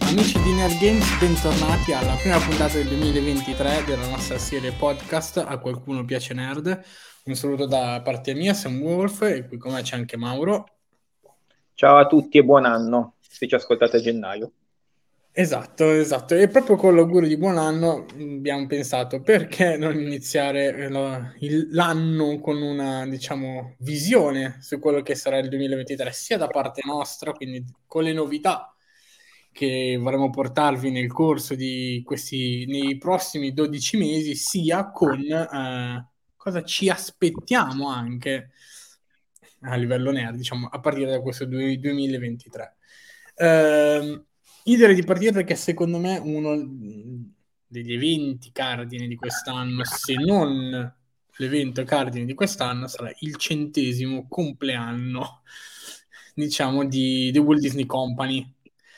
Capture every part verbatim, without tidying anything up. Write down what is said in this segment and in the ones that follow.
Amici di Nerd Games, bentornati alla prima puntata del duemilaventitré della nostra serie podcast A qualcuno piace nerd. Un saluto da parte mia, Sam Wolf, e qui con me c'è anche Mauro. Ciao a tutti e buon anno, se ci ascoltate a gennaio. Esatto, esatto. E proprio con l'augurio di buon anno mh, abbiamo pensato perché non iniziare eh, lo- il- l'anno con una, diciamo, visione su quello che sarà il duemilaventitré, sia da parte nostra, quindi con le novità che vorremmo portarvi nel corso di questi, nei prossimi dodici mesi, sia con eh, cosa ci aspettiamo anche a livello nerd, diciamo, a partire da questo du- duemilaventitré. Ehm, io direi di partire perché secondo me uno degli eventi cardine di quest'anno, se non l'evento cardine di quest'anno, sarà il centesimo compleanno, diciamo, di The Walt Disney Company.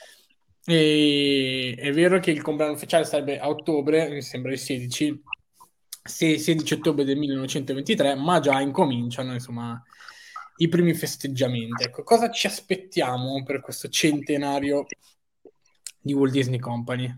E è vero che il compleanno ufficiale sarebbe a ottobre, mi sembra il sedici, se- sedici ottobre del millenovecentoventitré, ma già incominciano, insomma, i primi festeggiamenti. Ecco, cosa ci aspettiamo per questo centenario di Walt Disney Company?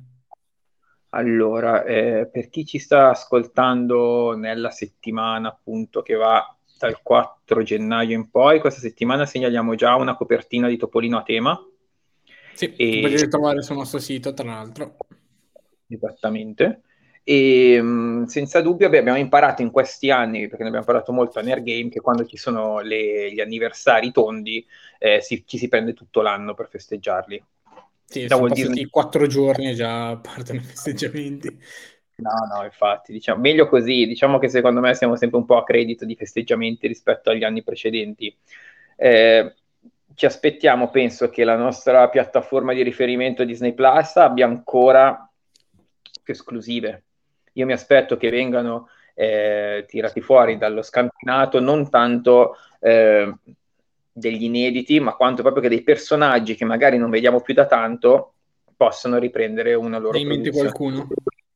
Allora, eh, per chi ci sta ascoltando nella settimana appunto che va dal quattro gennaio in poi, questa settimana segnaliamo già una copertina di Topolino a tema. Sì, che E potete trovare sul nostro sito, tra l'altro. Esattamente. E mh, senza dubbio beh, abbiamo imparato in questi anni, perché ne abbiamo parlato molto a Nerd Game, che quando ci sono le- gli anniversari tondi eh, si- ci si prende tutto l'anno per festeggiarli. Sì, Da sono Walt Disney. passati quattro giorni e già partono i festeggiamenti. No, no, infatti, diciamo, meglio così. Diciamo che secondo me siamo sempre un po' a credito di festeggiamenti rispetto agli anni precedenti. Eh, Ci aspettiamo, penso, che la nostra piattaforma di riferimento Disney Plus abbia ancora più esclusive. Io mi aspetto che vengano eh, tirati fuori dallo scampionato non tanto eh, degli inediti, ma quanto proprio che dei personaggi che magari non vediamo più da tanto possano riprendere una Hai loro in mente produzione. qualcuno?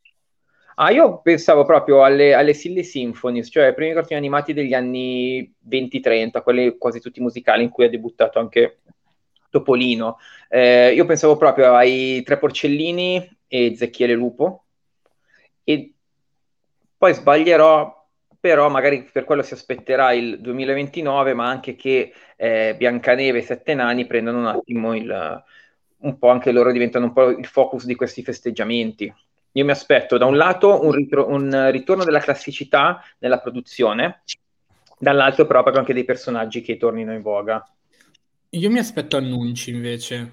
Ah, io pensavo proprio alle, alle Silly Symphonies, cioè ai primi cartoni animati degli anni venti trenta, quelli quasi tutti musicali in cui ha debuttato anche Topolino. Eh, io pensavo proprio ai Tre Porcellini e Zecchiere Lupo, e poi sbaglierò, però magari per quello si aspetterà il duemilaventinove, ma anche che eh, Biancaneve e i Sette Nani prendano un attimo il, un po' anche loro diventano un po' il focus di questi festeggiamenti. Io mi aspetto da un lato un, ritro- un ritorno della classicità nella produzione, dall'altro però proprio anche dei personaggi che tornino in voga. Io mi aspetto annunci invece.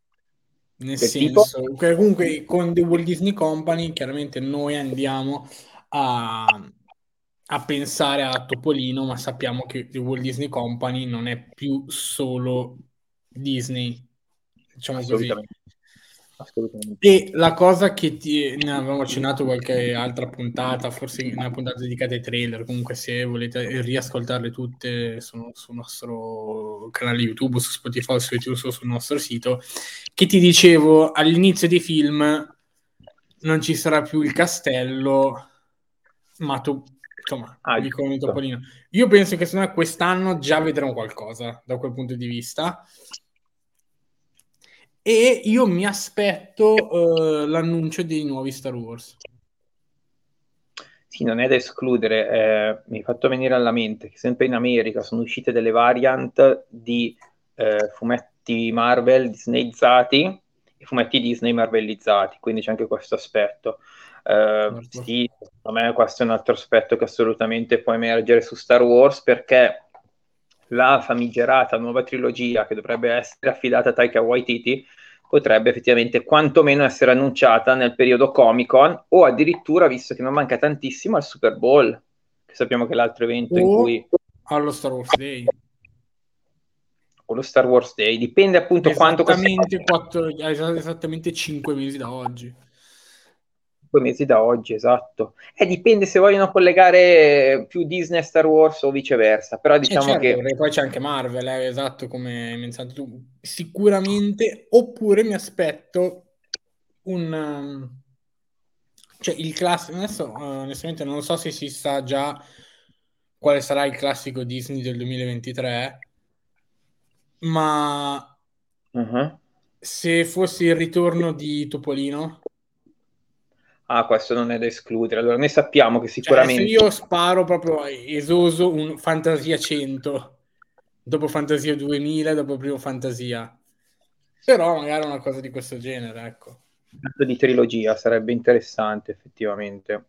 Nel Del tipo? senso che comunque con The Walt Disney Company chiaramente noi andiamo a, a pensare a Topolino, ma sappiamo che The Walt Disney Company non è più solo Disney, diciamo così. Assolutamente. Assolutamente. E la cosa che ti, ne avevamo accennato qualche altra puntata, forse una puntata dedicata ai trailer, comunque se volete riascoltarle tutte sul, sul nostro canale YouTube, su Spotify, su YouTube, su- sul nostro sito, che ti dicevo all'inizio dei film non ci sarà più il castello, ma tu, insomma, Ah, l'icona di giusto. Topolino. Io penso che secondo me quest'anno già vedremo qualcosa da quel punto di vista. E io mi aspetto eh, l'annuncio dei nuovi Star Wars. Sì, non è da escludere. Eh, mi hai fatto venire alla mente che sempre in America sono uscite delle variant di eh, fumetti Marvel disneyizzati e fumetti Disney marvelizzati, quindi c'è anche questo aspetto. Eh, Certo. sì, secondo me questo è un altro aspetto che assolutamente può emergere su Star Wars, perché la famigerata nuova trilogia che dovrebbe essere affidata a Taika Waititi potrebbe effettivamente quantomeno essere annunciata nel periodo Comic Con, o addirittura, visto che non manca tantissimo, al Super Bowl, che sappiamo che è l'altro evento in O cui, allo Star Wars Day. o lo Star Wars Day, dipende appunto quanto questo Esattamente, quattro, esattamente cinque mesi da oggi. due mesi da oggi, esatto. E dipende se vogliono collegare più Disney a Star Wars o viceversa, però E diciamo certo, che perché poi c'è anche Marvel, eh, esatto come hai menzionato tu. Sicuramente, oppure mi aspetto un... um, cioè il classico, adesso eh, onestamente non so se si sa già quale sarà il classico Disney del duemilaventitré, ma uh-huh. Se fosse il ritorno di Topolino, Ah, questo non è da escludere. Allora, noi sappiamo che cioè se sicuramente io sparo proprio esoso un Fantasia cento, dopo Fantasia duemila, dopo Primo Fantasia, però magari una cosa di questo genere, ecco. di trilogia sarebbe interessante, effettivamente.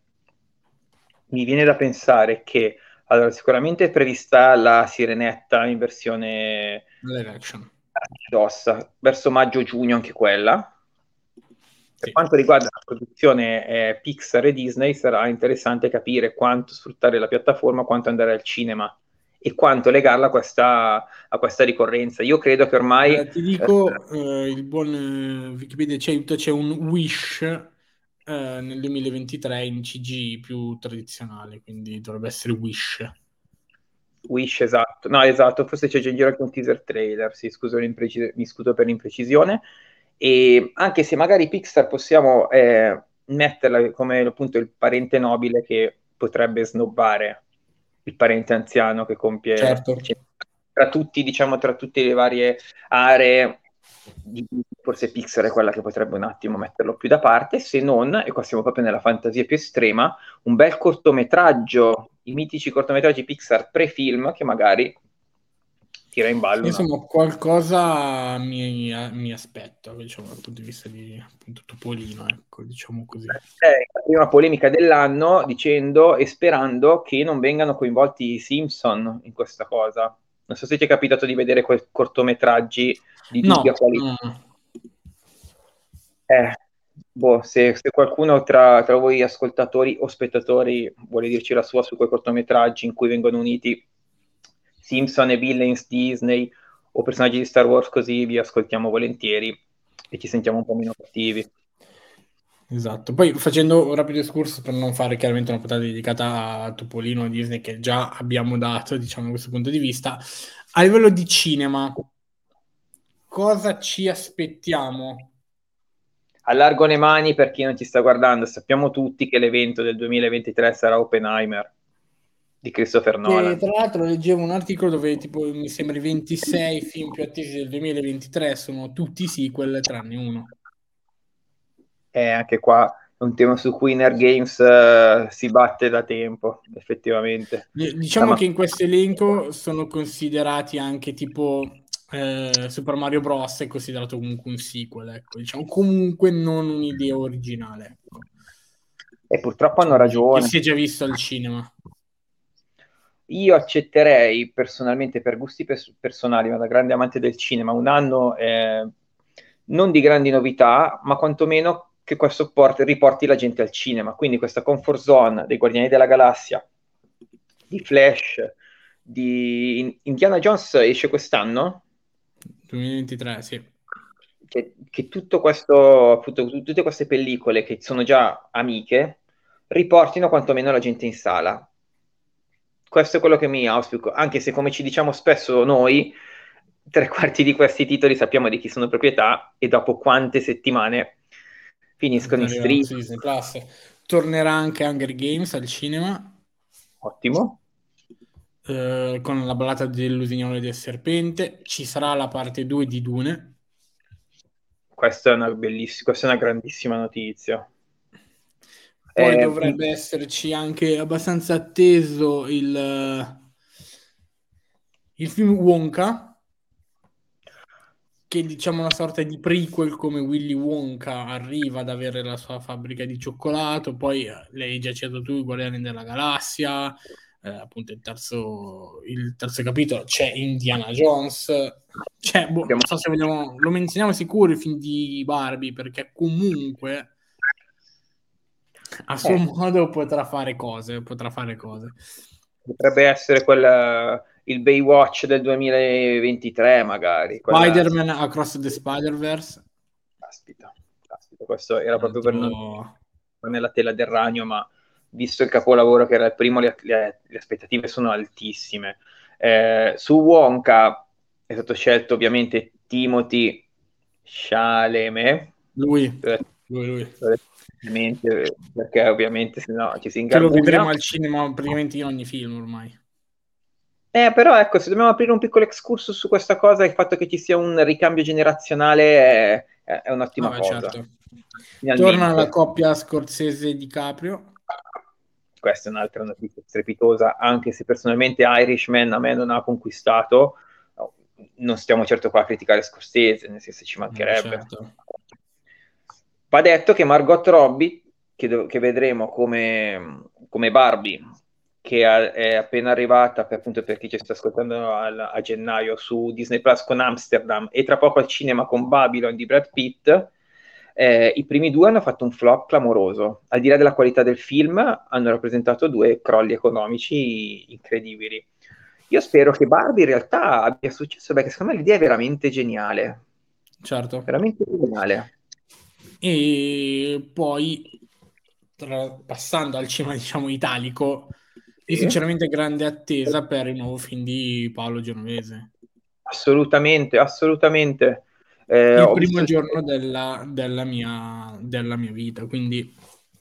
Mi viene da pensare che, allora, sicuramente è prevista la Sirenetta in versione Live action. d'ossa, verso maggio-giugno anche quella. Per Sì. quanto riguarda la produzione eh, Pixar e Disney, sarà interessante capire quanto sfruttare la piattaforma, quanto andare al cinema e quanto legarla a questa, a questa ricorrenza. Io credo che ormai Eh, ti eh, dico, eh, il buon eh, Wikipedia ci aiuta, c'è un Wish eh, nel duemilaventitré in C G più tradizionale, quindi dovrebbe essere Wish. Wish, esatto. No, esatto, forse c'è già in giro anche un teaser trailer, sì, scuso l'impreci- mi scuso per l'imprecisione. E anche se magari Pixar possiamo eh, metterla come appunto il parente nobile che potrebbe snobbare il parente anziano che compie Certo. tra tutti, diciamo, tra tutte le varie aree, di- forse Pixar è quella che potrebbe un attimo metterlo più da parte, se non, e qua siamo proprio nella fantasia più estrema, un bel cortometraggio, i mitici cortometraggi Pixar pre-film che magari tira in ballo una. Insomma, qualcosa mi, mi aspetto, diciamo, dal punto di vista di appunto, Topolino, ecco, diciamo così. È la prima polemica dell'anno dicendo e sperando che non vengano coinvolti i Simpson in questa cosa. Non so se ti è capitato di vedere quei cortometraggi di dubbia No, qualità. no, no. Eh, boh, se, se qualcuno tra, tra voi ascoltatori o spettatori vuole dirci la sua su quei cortometraggi in cui vengono uniti Simpson e villains Disney o personaggi di Star Wars, così vi ascoltiamo volentieri e ci sentiamo un po' meno cattivi. Esatto. Poi facendo un rapido escurso per non fare chiaramente una puntata dedicata a Topolino e Disney che già abbiamo dato, diciamo, da questo punto di vista, a livello di cinema, cosa ci aspettiamo? Allargo le mani per chi non ci sta guardando, sappiamo tutti che l'evento del duemilaventitré sarà Oppenheimer di Christopher E Nolan. tra l'altro leggevo un articolo dove tipo mi sembra i ventisei film più attesi del duemilaventitré sono tutti sequel tranne uno. E anche qua è un tema su cui Nerd Games eh, si batte da tempo, effettivamente. La Diciamo ma- che in questo elenco sono considerati anche tipo eh, Super Mario Bros. È considerato comunque un sequel, ecco. Diciamo comunque non un'idea originale, ecco. e purtroppo hanno Diciamo così, che ragione. si è già visto al cinema. Io accetterei personalmente, per gusti pers- personali, ma da grande amante del cinema, un anno eh, non di grandi novità, ma quantomeno che questo porti- riporti la gente al cinema. Quindi questa comfort zone dei Guardiani della Galassia, di Flash, di Indiana Jones esce quest'anno? duemilaventitré, sì. Che, che tutto questo, appunto, tutte queste pellicole che sono già amiche riportino quantomeno la gente in sala. Questo è quello che mi auspico, anche se come ci diciamo spesso noi, tre quarti di questi titoli sappiamo di chi sono proprietà e dopo quante settimane finiscono in Arriva stream. su Disney Plus. Tornerà anche Hunger Games al cinema Ottimo. eh, con la ballata dell'usignolo e del serpente. Ci sarà la parte due di Dune. Questa è una bellissima, questa è una grandissima notizia. Poi Eh, dovrebbe esserci anche abbastanza atteso il, il film Wonka, che è diciamo una sorta di prequel come Willy Wonka arriva ad avere la sua fabbrica di cioccolato, poi eh, lei hai già citato tu, i Guardiani della Galassia, eh, appunto il terzo, il terzo capitolo, c'è Indiana Jones, c'è, boh, non abbiamo- so se vogliamo, lo menzioniamo sicuro il film di Barbie, perché comunque a suo eh, modo potrà fare cose, potrà fare cose. potrebbe essere quella, il Baywatch del duemilaventitré, magari. Quella, Spider-Man Across the Spider-Verse, caspita, caspita, questo era proprio per non altro... nella tela del ragno, ma visto il capolavoro che era il primo, le, le- le aspettative sono altissime. Eh, su Wonka è stato scelto ovviamente Timothy Chalamet, Lui, lui, lui. ovviamente, perché ovviamente se no ci si Che lo vedremo ingarbugliano. al cinema praticamente in ogni film ormai. Eh, però ecco, se dobbiamo aprire un piccolo excursus su questa cosa, il fatto che ci sia un ricambio generazionale è, è- è un'ottima Vabbè, cosa. certo. Torna la Finalmente. coppia Scorsese-DiCaprio. Questa è un'altra notizia strepitosa, anche se personalmente Irishman a me non ha conquistato. No, non stiamo certo qua a criticare Scorsese, nel senso ci No, mancherebbe. certo. Va detto che Margot Robbie, che, do- che vedremo come, come Barbie, che ha- è appena arrivata, per, appunto per chi ci sta ascoltando al- a gennaio, su Disney Plus con Amsterdam e tra poco al cinema con Babylon di Brad Pitt, eh, i primi due hanno fatto un flop clamoroso. Al di là della qualità del film, hanno rappresentato due crolli economici incredibili. Io spero che Barbie in realtà abbia successo, perché secondo me l'idea è veramente geniale. Certo. Veramente geniale. E poi, tra- passando al cinema, diciamo, italico, io Sì. sinceramente grande attesa per il nuovo film di Paolo Genovese. Assolutamente, assolutamente. Eh, Il ho primo visto... giorno della, della mia, della mia vita, quindi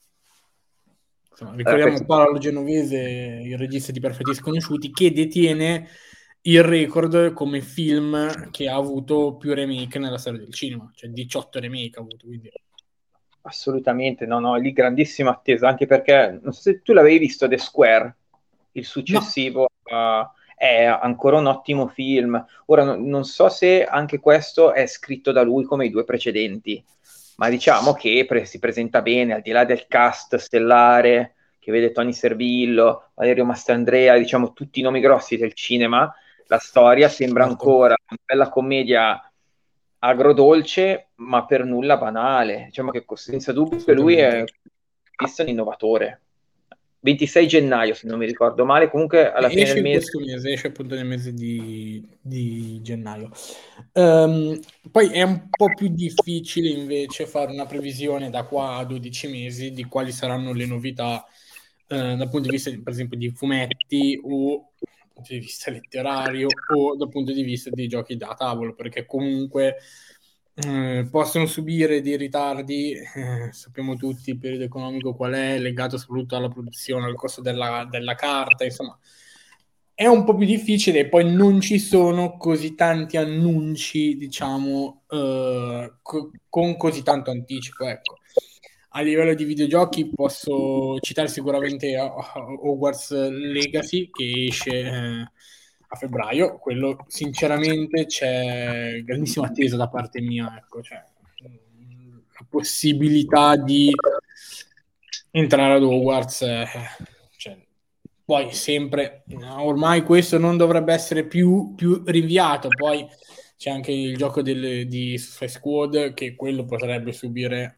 insomma, eh, ricordiamo penso- Paolo Genovese, il regista di Perfetti Sconosciuti, che detiene il record come film che ha avuto più remake nella storia del cinema, cioè diciotto remake ha avuto, quindi... Assolutamente, no, no, lì grandissima attesa, anche perché, non so se tu l'avevi visto, The Square, il No, successivo, uh, è ancora un ottimo film. Ora, no- non so se anche questo è scritto da lui come i due precedenti, ma diciamo che pre- si presenta bene, al di là del cast stellare, che vede Tony Servillo, Valerio Mastandrea, diciamo tutti i nomi grossi del cinema, la storia sembra certo, ancora una bella commedia agrodolce, ma per nulla banale. Diciamo che senza dubbio lui è assolutamente. un innovatore. ventisei gennaio, se non mi ricordo male, comunque alla fine del Esce mese. questo mese, esce appunto nel mese di, di gennaio. Ehm, poi è un po' più difficile invece fare una previsione da qua a dodici mesi di quali saranno le novità eh, dal punto di vista, per esempio, di fumetti o dal punto di vista letterario o dal punto di vista dei giochi da tavolo, perché comunque eh, possono subire dei ritardi, eh, sappiamo tutti il periodo economico qual è, legato soprattutto alla produzione, al costo della, della carta, insomma, è un po' più difficile e poi non ci sono così tanti annunci, diciamo, eh, co- con così tanto anticipo, ecco. A livello di videogiochi posso citare sicuramente Hogwarts Legacy che esce eh, a febbraio, quello sinceramente c'è grandissima attesa da parte mia, ecco, cioè, mh, la possibilità di entrare ad Hogwarts, eh, cioè, poi sempre, ormai questo non dovrebbe essere più, più rinviato, poi c'è anche il gioco del, di Suicide Squad che quello potrebbe subire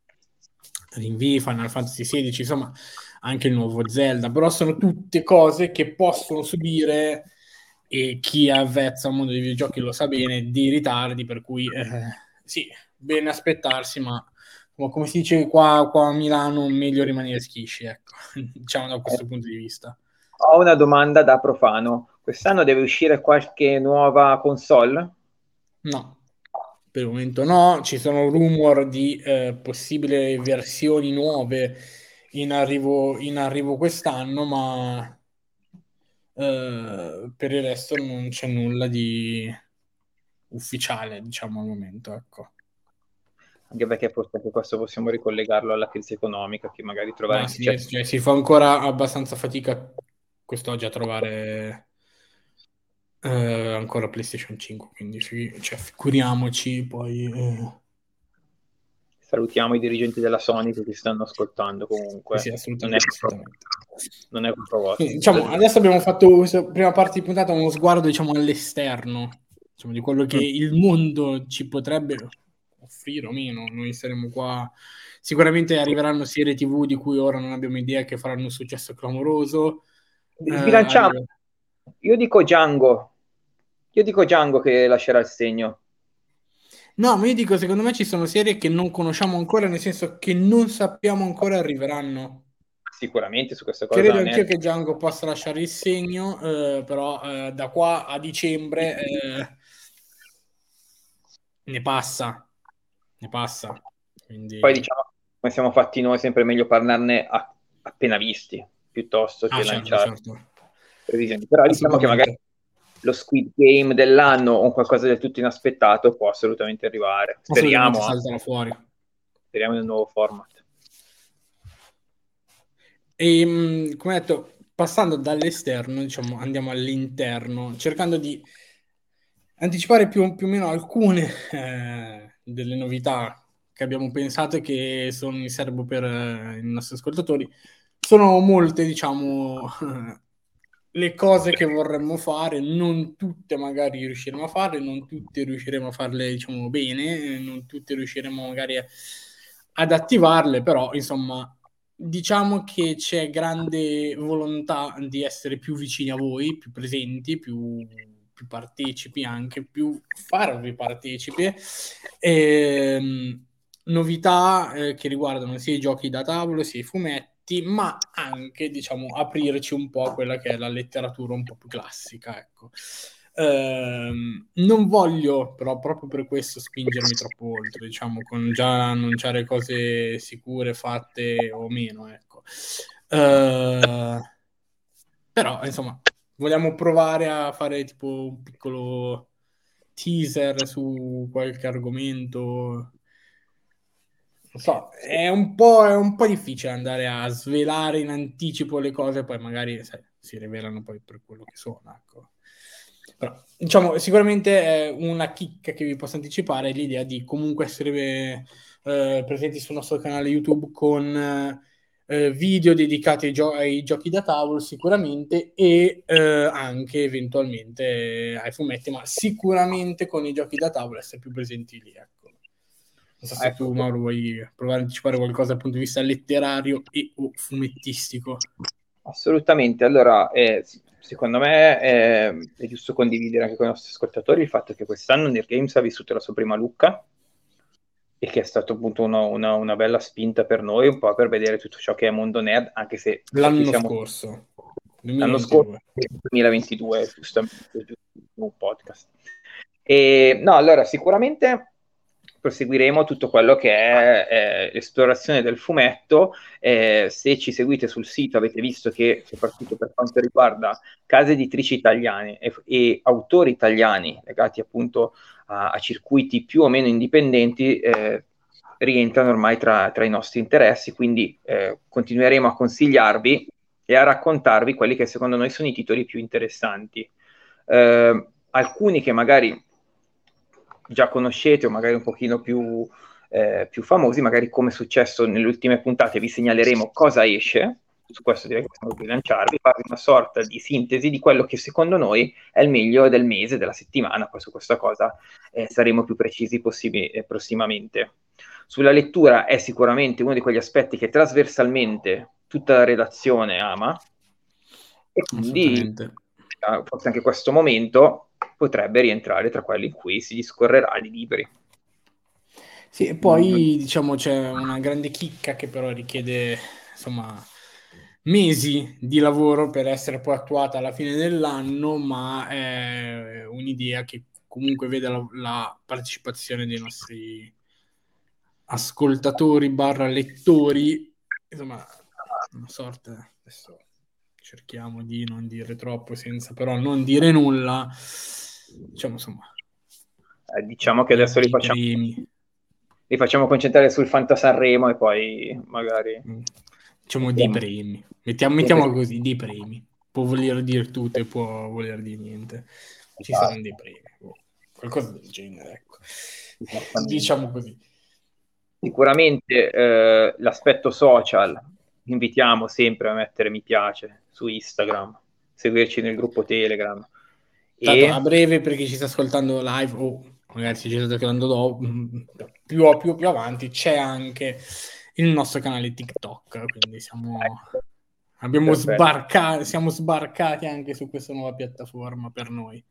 rinvii, Final Fantasy sedici, insomma anche il nuovo Zelda, però sono tutte cose che possono subire e chi è avvezzo al mondo dei videogiochi lo sa bene, di ritardi, per cui eh, sì, bene aspettarsi, ma come si dice qua, qua a Milano, meglio rimanere schisci, ecco, diciamo da questo punto di vista. Ho una domanda da profano. Quest'anno deve uscire qualche nuova console? No, per il momento no, ci sono rumor di eh, possibili versioni nuove in arrivo, in arrivo quest'anno, ma eh, per il resto non c'è nulla di ufficiale, diciamo al momento, ecco. Anche perché forse anche questo possiamo ricollegarlo alla crisi economica, che magari trovare Ma anche sì, certi... cioè, si fa ancora abbastanza fatica quest'oggi a trovare eh, ancora PlayStation cinque, quindi fi- cioè, figuriamoci poi. eh, Salutiamo i dirigenti della Sony che ci stanno ascoltando Sì, comunque. sì, Non è assolutamente, colpa, assolutamente. non è colpa vostra. Quindi, diciamo, adesso abbiamo fatto questa prima parte di puntata uno sguardo, diciamo, all'esterno, diciamo, di quello che Mm. il mondo ci potrebbe offrire o meno. Noi saremo qua. Sicuramente arriveranno serie T V di cui ora non abbiamo idea che faranno un successo clamoroso. Eh, Sbilanciamo. arriva- Io dico Django. Io dico Django che lascerà il segno. No, ma io dico, secondo me ci sono serie che non conosciamo ancora, nel senso che non sappiamo ancora arriveranno. Sicuramente su questa cosa Credo a anch'io me che Django possa lasciare il segno, eh, però eh, da qua a dicembre eh, ne passa, ne passa. poi Quindi, diciamo come siamo fatti noi, sempre meglio parlarne a- appena visti, piuttosto ah, che certo, lanciare. certo. previsioni. Però diciamo che magari lo Squid Game dell'anno o qualcosa del tutto inaspettato può assolutamente arrivare. Assolutamente Speriamo, saltano fuori. speriamo in un nuovo format. E mh, come detto, passando dall'esterno, diciamo, andiamo all'interno, cercando di anticipare più, più o meno alcune eh, delle novità che abbiamo pensato e che sono in serbo per eh, i nostri ascoltatori. Sono molte, diciamo, le cose che vorremmo fare, non tutte magari riusciremo a farle, non tutte riusciremo a farle, diciamo, bene, non tutte riusciremo magari a, ad attivarle, però, insomma, diciamo che c'è grande volontà di essere più vicini a voi, più presenti, più, più partecipi anche, più farvi partecipi. Ehm, novità eh, che riguardano sia i giochi da tavolo sia i fumetti, ma anche, diciamo, aprirci un po' a quella che è la letteratura un po' più classica, ecco. Ehm, non voglio però proprio per questo spingermi troppo oltre, diciamo, con già annunciare cose sicure, fatte o meno, ecco. Ehm, però, insomma, vogliamo provare a fare tipo un piccolo teaser su qualche argomento. Non so, è un po', è un po' difficile andare a svelare in anticipo le cose, poi magari sai, si rivelano poi per quello che sono, ecco. Però, diciamo, sicuramente è una chicca che vi posso anticipare è l'idea di comunque essere eh, presenti sul nostro canale YouTube con eh, video dedicati ai, gio- ai giochi da tavolo sicuramente e eh, anche eventualmente eh, ai fumetti, ma sicuramente con i giochi da tavolo essere più presenti lì, ecco. Non so se tu, Ecco, Mauro, vuoi provare a anticipare qualcosa dal punto di vista letterario e o fumettistico. assolutamente. Allora, eh, secondo me eh, è giusto condividere anche con i nostri ascoltatori il fatto che quest'anno Nerd Games ha vissuto la sua prima Lucca e che è stato appunto uno- una, una bella spinta per noi, un po' per vedere tutto ciò che è mondo nerd, anche se per chi L'anno siamo scorso, l'anno scorso, duemilaventidue. duemilaventidue, giustamente, un podcast. E, no, allora, sicuramente proseguiremo tutto quello che è eh, l'esplorazione del fumetto. Eh, se ci seguite sul sito avete visto che, soprattutto per quanto riguarda case editrici italiane e, e autori italiani legati appunto a, a circuiti più o meno indipendenti, eh, rientrano ormai tra, tra i nostri interessi, quindi eh, continueremo a consigliarvi e a raccontarvi quelli che secondo noi sono i titoli più interessanti. Eh, alcuni che magari già conoscete o magari un pochino più, eh, più famosi, magari come è successo nelle ultime puntate vi segnaleremo cosa esce, su questo direi che possiamo bilanciarvi, fare una sorta di sintesi di quello che secondo noi è il meglio del mese, della settimana, poi su questa cosa eh, saremo più precisi possibili eh, prossimamente. Sulla lettura è sicuramente uno di quegli aspetti che trasversalmente tutta la redazione ama e quindi Assolutamente. eh, forse anche questo momento potrebbe rientrare tra quelli in cui si discorrerà di libri. Sì, e poi diciamo c'è una grande chicca che però richiede insomma mesi di lavoro per essere poi attuata alla fine dell'anno, ma è un'idea che comunque vede la, la partecipazione dei nostri ascoltatori barra lettori, insomma, una sorta, adesso cerchiamo di non dire troppo senza però non dire nulla, diciamo insomma, Eh, diciamo che dei, adesso li dei facciamo, premi. li facciamo concentrare sul Fanta Sanremo e poi magari Mm. Diciamo dei entriamo premi. Mettiamo, mettiamo così, dei premi. Può voler dire tutto e può voler dire niente. Ci saranno dei premi. Boh, qualcosa del genere, ecco. esattamente. Diciamo così. Sicuramente eh, l'aspetto social, invitiamo sempre a mettere mi piace su Instagram, seguirci nel gruppo Telegram Tanto a e breve, per chi ci sta ascoltando live o magari si ci sta ascoltando dopo, mm, più, più, più avanti, c'è anche il nostro canale TikTok, quindi siamo, ecco, abbiamo perfetto. sbarcato, siamo sbarcati anche su questa nuova piattaforma per noi.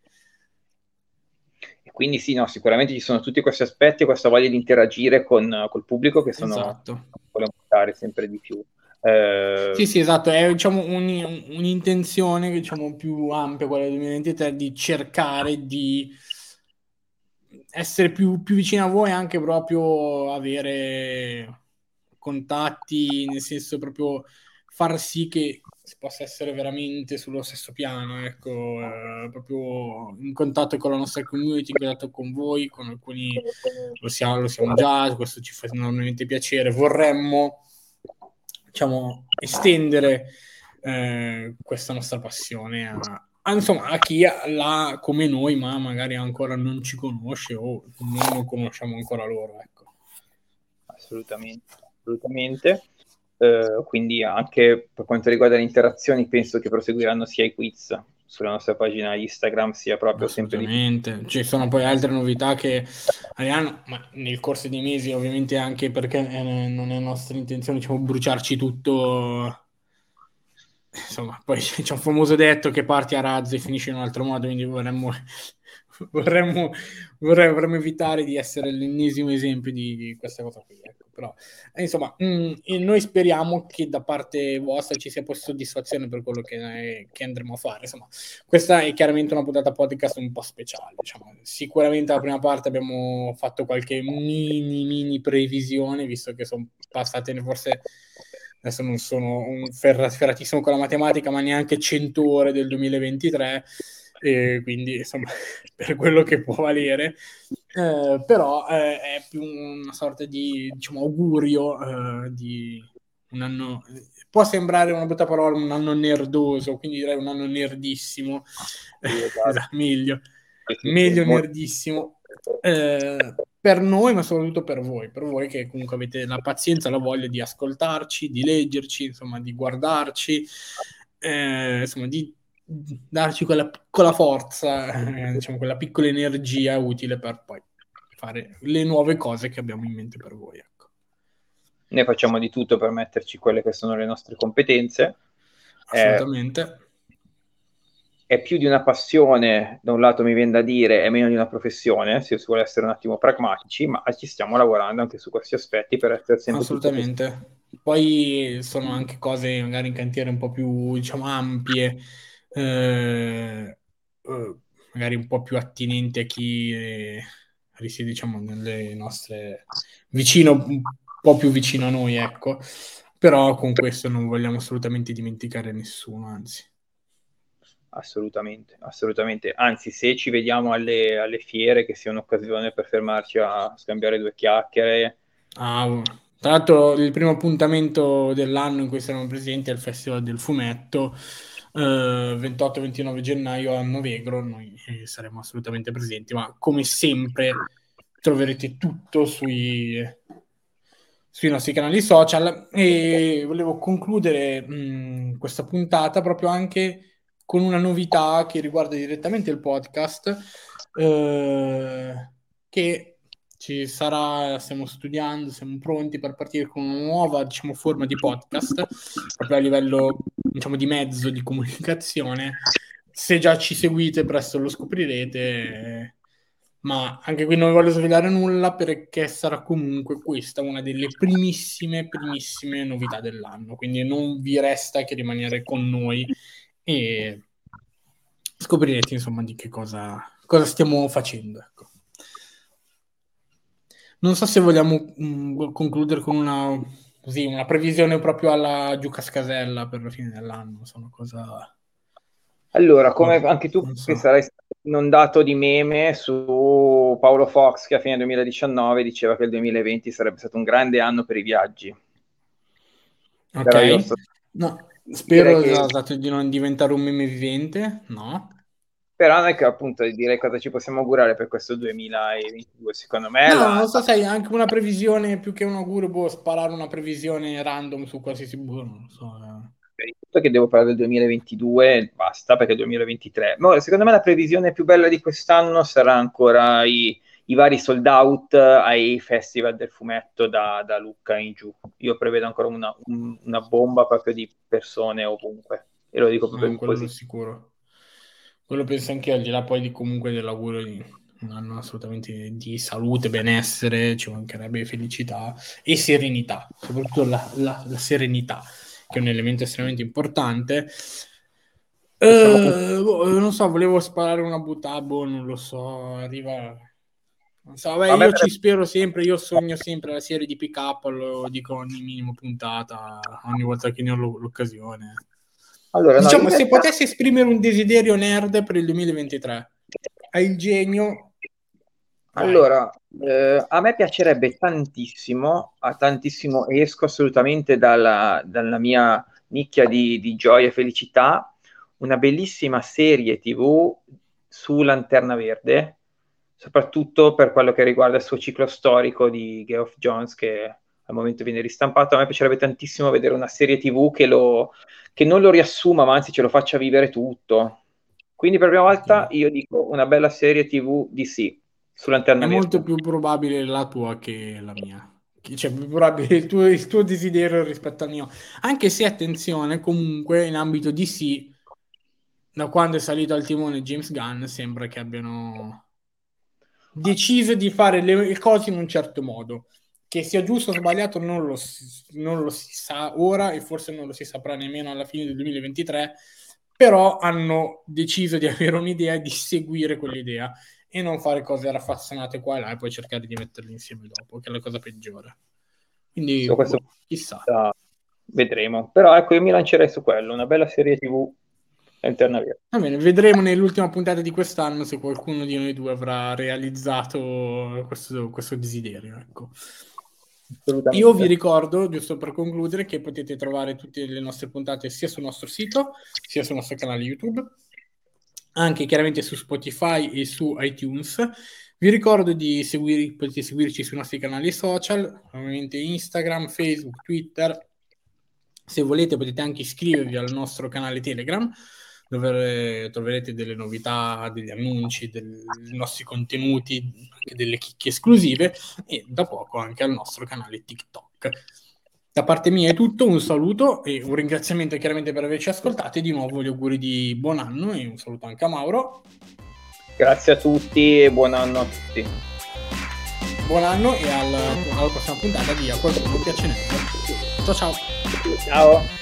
E quindi sì, no, sicuramente ci sono tutti questi aspetti e questa voglia di interagire con col pubblico che sono Esatto. vogliamo portare sempre di più. Eh, Sì, sì, esatto, è diciamo, un- un'intenzione diciamo, più ampia, quella del duemilaventitré, di cercare di essere più, più vicino a voi, anche proprio avere contatti, nel senso proprio far sì che si possa essere veramente sullo stesso piano, ecco, eh, proprio in contatto con la nostra community, in contatto con voi, con alcuni lo siamo, lo siamo già, questo ci fa enormemente piacere. Vorremmo, diciamo, estendere eh, questa nostra passione a, a, insomma, a chi l'ha come noi, ma magari ancora non ci conosce o non lo conosciamo ancora loro, ecco. Assolutamente, assolutamente. Uh, quindi anche per quanto riguarda le interazioni penso che proseguiranno sia i quiz sulla nostra pagina Instagram sia proprio sempre di assolutamente, ci sono poi altre novità che arriveranno, ma nel corso dei mesi ovviamente, anche perché eh, non è nostra intenzione, diciamo, bruciarci tutto. Insomma, poi c'è un famoso detto che parti a razzo e finisci in un altro modo, quindi vorremmo, vorremmo, vorremmo, vorremmo evitare di essere l'ennesimo esempio di, di questa cosa qui. Ecco. Però, eh, insomma, mh, noi speriamo che da parte vostra ci sia poi soddisfazione per quello che, che andremo a fare. Insomma, questa è chiaramente una puntata podcast un po' speciale. Diciamo. Sicuramente la prima parte abbiamo fatto qualche mini, mini previsione, visto che sono passate forse... Adesso non sono un ferratissimo con la matematica, ma neanche cento ore del duemilaventitré, e quindi insomma, per quello che può valere. Eh, però eh, è più una sorta di, diciamo, augurio eh, di un anno, può sembrare una brutta parola, un anno nerdoso, quindi direi un anno nerdissimo. Esatto, meglio, meglio nerdissimo. Eh, per noi, ma soprattutto per voi, per voi che comunque avete la pazienza, la voglia di ascoltarci, di leggerci, insomma, di guardarci, eh, insomma, di darci quella piccola forza, eh, diciamo, quella piccola energia utile per poi fare le nuove cose che abbiamo in mente per voi. Ecco. Noi facciamo di tutto per metterci quelle che sono le nostre competenze. Assolutamente. Eh, è più di una passione, da un lato mi viene da dire, è meno di una professione, se si vuole essere un attimo pragmatici, ma ci stiamo lavorando anche su questi aspetti per essere sempre assolutamente. Poi sono anche cose magari in cantiere un po' più, diciamo, ampie, eh, eh, magari un po' più attinenti a chi eh, risiede, diciamo, nelle nostre vicino, un po' più vicino a noi, ecco. Però con questo non vogliamo assolutamente dimenticare nessuno, anzi. Assolutamente, assolutamente. Anzi, se ci vediamo alle, alle fiere, che sia un'occasione per fermarci a scambiare due chiacchiere. Ah, tra l'altro il primo appuntamento dell'anno in cui saremo presenti è il Festival del Fumetto, eh, ventotto ventinove gennaio a Novegro, noi eh, saremo assolutamente presenti, ma come sempre troverete tutto sui, sui nostri canali social e volevo concludere mh, questa puntata proprio anche con una novità che riguarda direttamente il podcast, eh, che ci sarà, stiamo studiando, siamo pronti per partire con una nuova, diciamo, forma di podcast, proprio a livello, diciamo, di mezzo di comunicazione. Se già ci seguite, presto lo scoprirete. Eh, ma anche qui non voglio svelare nulla perché sarà comunque questa una delle primissime, primissime novità dell'anno. Quindi non vi resta che rimanere con noi e scoprirete, insomma, di che cosa, cosa stiamo facendo. Ecco. Non so se vogliamo mh, concludere con una, così, una previsione proprio alla Giuca Scasella per la fine dell'anno. Insomma, cosa... Allora, come No, anche tu non che so. sarai stato inondato di meme su Paolo Fox, che a fine duemiladiciannove diceva che il duemilaventi sarebbe stato un grande anno per i viaggi. Ok. Però io so No, dire spero che esatto, di non diventare un meme vivente. No. però noi che appunto direi cosa ci possiamo augurare per questo duemilaventidue. Secondo me No, la, non so, sai, anche una previsione più che un augurio, boh, sparare una previsione random su qualsiasi boh, non lo so. Eh. che devo parlare del duemilaventidue, basta perché è duemilaventitré. Ma secondo me la previsione più bella di quest'anno sarà ancora i, i vari sold out ai festival del fumetto da, da Lucca in giù. Io prevedo ancora una, un, una bomba proprio di persone ovunque, e lo dico proprio No, in quello positivo. sicuro. Quello penso anche io, al di là poi di comunque dell'augurio di un anno assolutamente di salute, benessere, ci mancherebbe felicità e serenità, soprattutto la, la- la serenità, che è un elemento estremamente importante. Possiamo concludere. Eh, boh, non so, volevo sparare una buttata, boh, non lo so, arriva Non so, beh, io ci spero sempre, io sogno sempre la serie di pick up, lo dico ogni minimo puntata, ogni volta che ne ho l'occasione. Allora, diciamo, no, se realtà... potessi esprimere un desiderio nerd per il duemilaventitré, hai il genio. Allora, eh, a me piacerebbe tantissimo, a tantissimo, esco assolutamente dalla, dalla mia nicchia di, di gioia e felicità, una bellissima serie tivù su Lanterna Verde, soprattutto per quello che riguarda il suo ciclo storico di Geoff Johns, che al momento viene ristampato. A me piacerebbe tantissimo vedere una serie tivù che, lo, che non lo riassuma, ma anzi ce lo faccia vivere tutto. Quindi per la prima volta io dico una bella serie tivù D C su Lanterna Verde. È molto più probabile la tua che la mia. Cioè, più probabile il tuo, il tuo desiderio rispetto al mio. Anche se, attenzione, comunque in ambito D C, da quando è salito al timone James Gunn, sembra che abbiano deciso di fare le cose in un certo modo. Che sia giusto o sbagliato non lo, non lo si sa ora, e forse non lo si saprà nemmeno alla fine del duemilaventitré, però hanno deciso di avere un'idea e di seguire quell'idea e non fare cose raffazzonate qua e là e poi cercare di metterle insieme dopo, che è la cosa peggiore. Quindi, so, questo, boh, chissà. Vedremo. Però ecco, io mi lancerei su quello, una bella serie tivù Lanterna Verde. Va bene, vedremo nell'ultima puntata di quest'anno se qualcuno di noi due avrà realizzato questo, questo desiderio, ecco. Io vi ricordo, giusto per concludere, che potete trovare tutte le nostre puntate sia sul nostro sito, sia sul nostro canale YouTube, anche chiaramente su Spotify e su iTunes. Vi ricordo di seguire, potete seguirci sui nostri canali social, ovviamente Instagram, Facebook, Twitter. Se volete potete anche iscrivervi al nostro canale Telegram, dove troverete delle novità, degli annunci, dei nostri contenuti, anche delle chicche esclusive, e da poco anche al nostro canale TikTok. Da parte mia è tutto, un saluto e un ringraziamento chiaramente per averci ascoltato, e di nuovo gli auguri di buon anno e un saluto anche a Mauro. Grazie a tutti e buon anno a tutti. Buon anno e al, alla prossima puntata di A Qualcuno Piace Nerd. Ciao ciao. Ciao.